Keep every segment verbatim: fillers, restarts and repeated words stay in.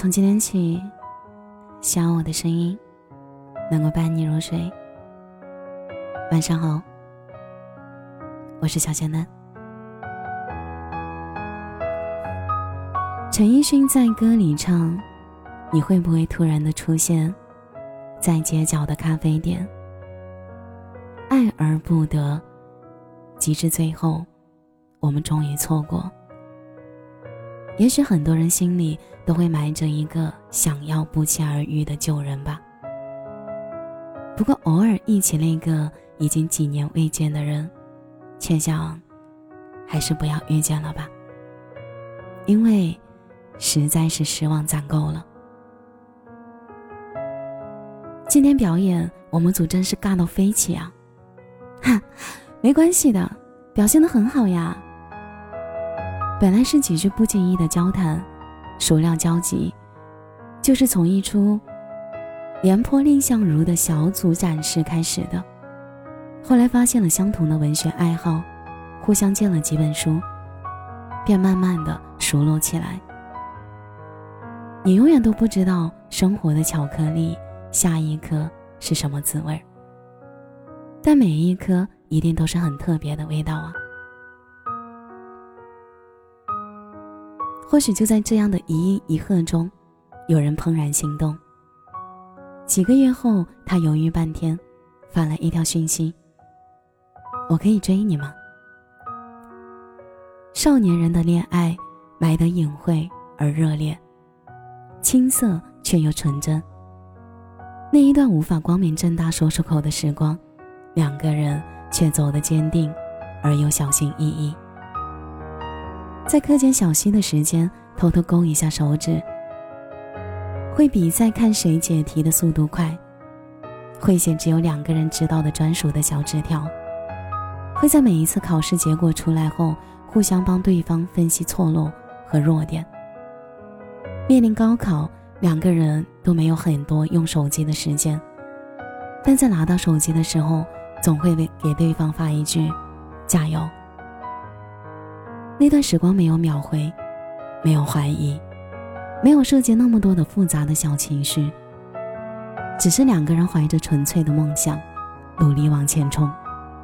从今天起，希望我的声音能够伴你入睡。晚上好，我是小仙丹。陈奕迅在歌里唱，你会不会突然的出现在街角的咖啡店，爱而不得，及至最后我们终于错过。也许很多人心里都会埋着一个想要不期而遇的旧人吧，不过偶尔忆起那个已经几年未见的人，却想还是不要遇见了吧，因为实在是失望攒够了。今天表演我们组真是尬到飞起啊！哈，没关系的，表现得很好呀。本来是几句不经意的交谈，孰料交集，就是从一出廉颇蔺相如的小组展示开始的。后来发现了相同的文学爱好，互相借了几本书，便慢慢的熟络起来。你永远都不知道生活的巧克力下一颗是什么滋味，但每一颗一定都是很特别的味道啊。或许就在这样的一音一和中，有人怦然心动。几个月后，他犹豫半天，发了一条讯息：我可以追你吗？少年人的恋爱埋得隐晦而热烈，青涩却又纯真。那一段无法光明正大说出口的时光，两个人却走得坚定而又小心翼翼。在课间小息的时间偷偷勾一下手指，会比赛看谁解题的速度快，会写只有两个人知道的专属的小纸条，会在每一次考试结果出来后互相帮对方分析错漏和弱点。面临高考，两个人都没有很多用手机的时间，但在拿到手机的时候总会给对方发一句加油。那段时光没有秒回，没有怀疑，没有涉及那么多的复杂的小情绪，只是两个人怀着纯粹的梦想，努力往前冲。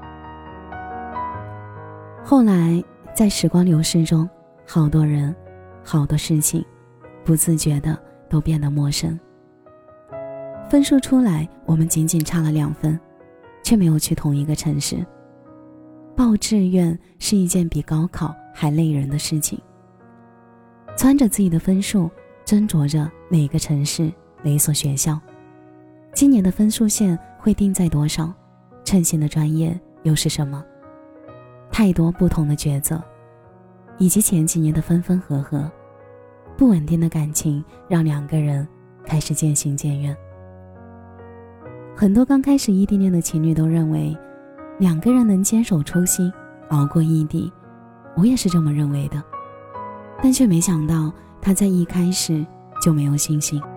后来在时光流逝中，好多人好多事情不自觉的都变得陌生。分数出来，我们仅仅差了两分，却没有去同一个城市。报志愿是一件比高考还累人的事情，撺着自己的分数，斟酌着哪个城市哪所学校，今年的分数线会定在多少，称心的专业又是什么，太多不同的抉择，以及前几年的分分合合，不稳定的感情让两个人开始渐行渐远。很多刚开始异地恋的情侣都认为两个人能坚守初心，熬过异地，我也是这么认为的，但却没想到他在一开始就没有信心。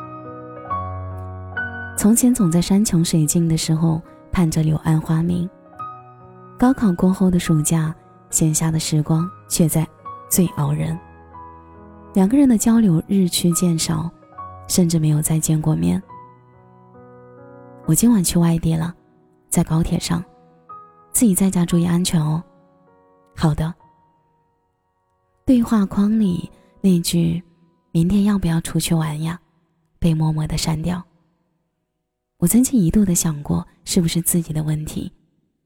从前总在山穷水尽的时候盼着柳暗花明，高考过后的暑假，闲暇的时光却在最熬人。两个人的交流日趋渐少，甚至没有再见过面。我今晚去外地了，在高铁上，自己在家注意安全哦。好的。对话框里那句明天要不要出去玩呀，被默默地删掉。我曾经一度的想过，是不是自己的问题，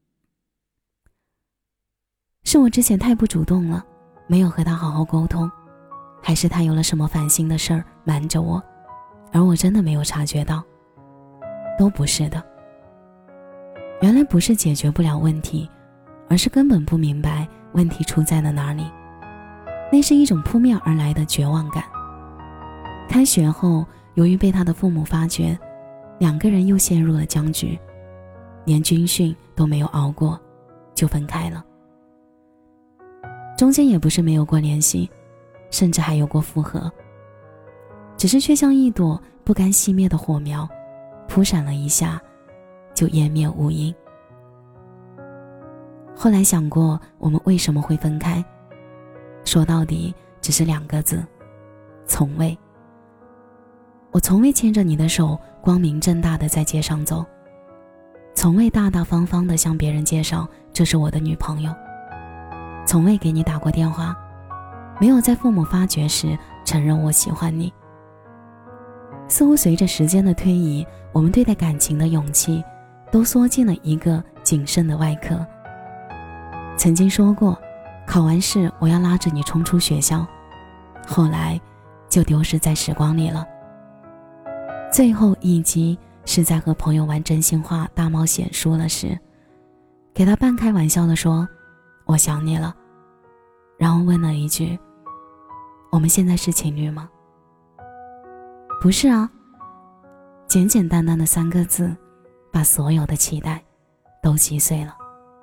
是我之前太不主动了，没有和他好好沟通，还是他有了什么烦心的事儿瞒着我，而我真的没有察觉到。都不是的，原来不是解决不了问题，而是根本不明白问题出在了哪里。那是一种扑面而来的绝望感。开学后，由于被他的父母发觉，两个人又陷入了僵局，连军训都没有熬过，就分开了。中间也不是没有过联系，甚至还有过复合，只是却像一朵不甘熄灭的火苗，扑闪了一下就湮灭无影。后来想过我们为什么会分开，说到底只是两个字：从未。 我从未牵着你的手光明正大的在街上走，从未大大方方的向别人介绍这是我的女朋友，从未给你打过电话，没有在父母发觉时承认我喜欢你。似乎随着时间的推移，我们对待感情的勇气都缩进了一个谨慎的外壳。曾经说过，考完试我要拉着你冲出学校，后来就丢失在时光里了。最后一击是在和朋友玩真心话大冒险输了时，给他半开玩笑地说我想你了，然后问了一句，我们现在是情侣吗？不是啊。简简单单的三个字，把所有的期待都击碎了。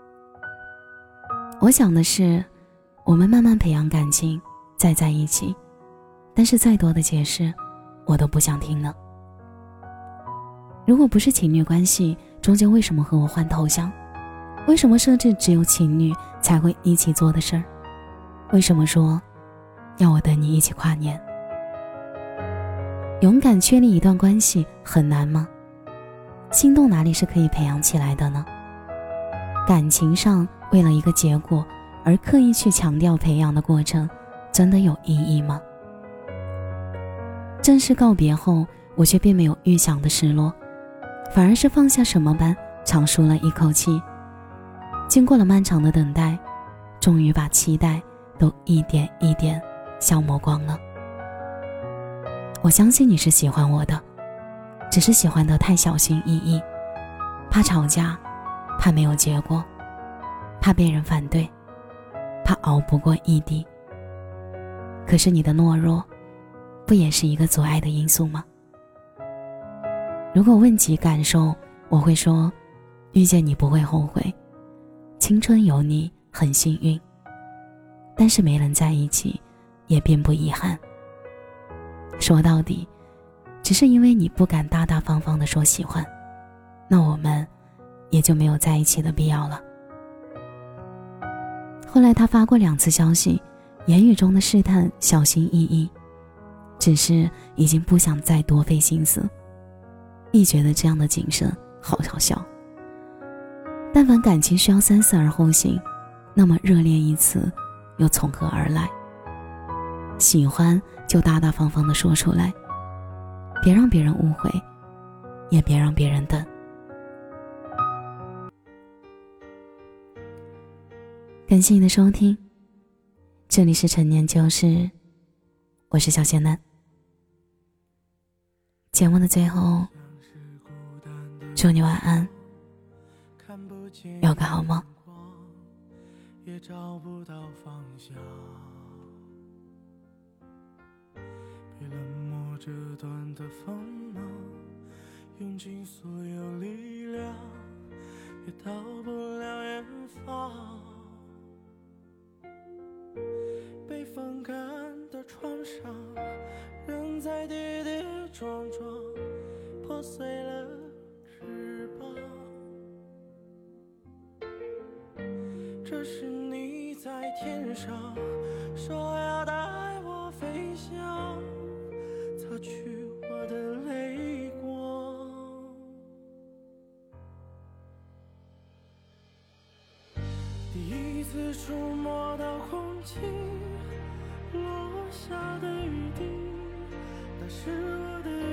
我想的是，我们慢慢培养感情，再在一起，但是再多的解释我都不想听了。如果不是情侣关系，中间为什么和我换头像？为什么设置只有情侣才会一起做的事儿？为什么说要我等你一起跨年？勇敢确立一段关系很难吗？心动哪里是可以培养起来的呢？感情上为了一个结果而刻意去强调培养的过程，真的有意义吗？正式告别后，我却并没有预想的失落，反而是放下什么般长舒了一口气。经过了漫长的等待，终于把期待都一点一点消磨光了。我相信你是喜欢我的，只是喜欢得太小心翼翼，怕吵架，怕没有结果，怕被人反对，怕熬不过异地。可是你的懦弱不也是一个阻碍的因素吗？如果问及感受，我会说遇见你不会后悔，青春有你很幸运，但是没能在一起也并不遗憾。说到底，只是因为你不敢大大方方地说喜欢，那我们也就没有在一起的必要了。后来他发过两次消息，言语中的试探小心翼翼，只是已经不想再多费心思，亦觉得这样的谨慎好好笑。但凡感情需要三思而后行，那么热烈一词又从何而来？喜欢就大大方方地说出来，别让别人误会，也别让别人等。感谢你的收听，这里是陈年旧事，我是小仙男。节目的最后，祝你晚安，有个好梦。也找不到方向，被冷漠折断的锋芒，用尽所有力量，也到不了远方。被风干的创伤，仍在跌跌撞撞，破碎了翅膀。这是你在天上说要带我飞翔，擦去我的泪光。第一次触摸到空气落下的雨滴，那是我的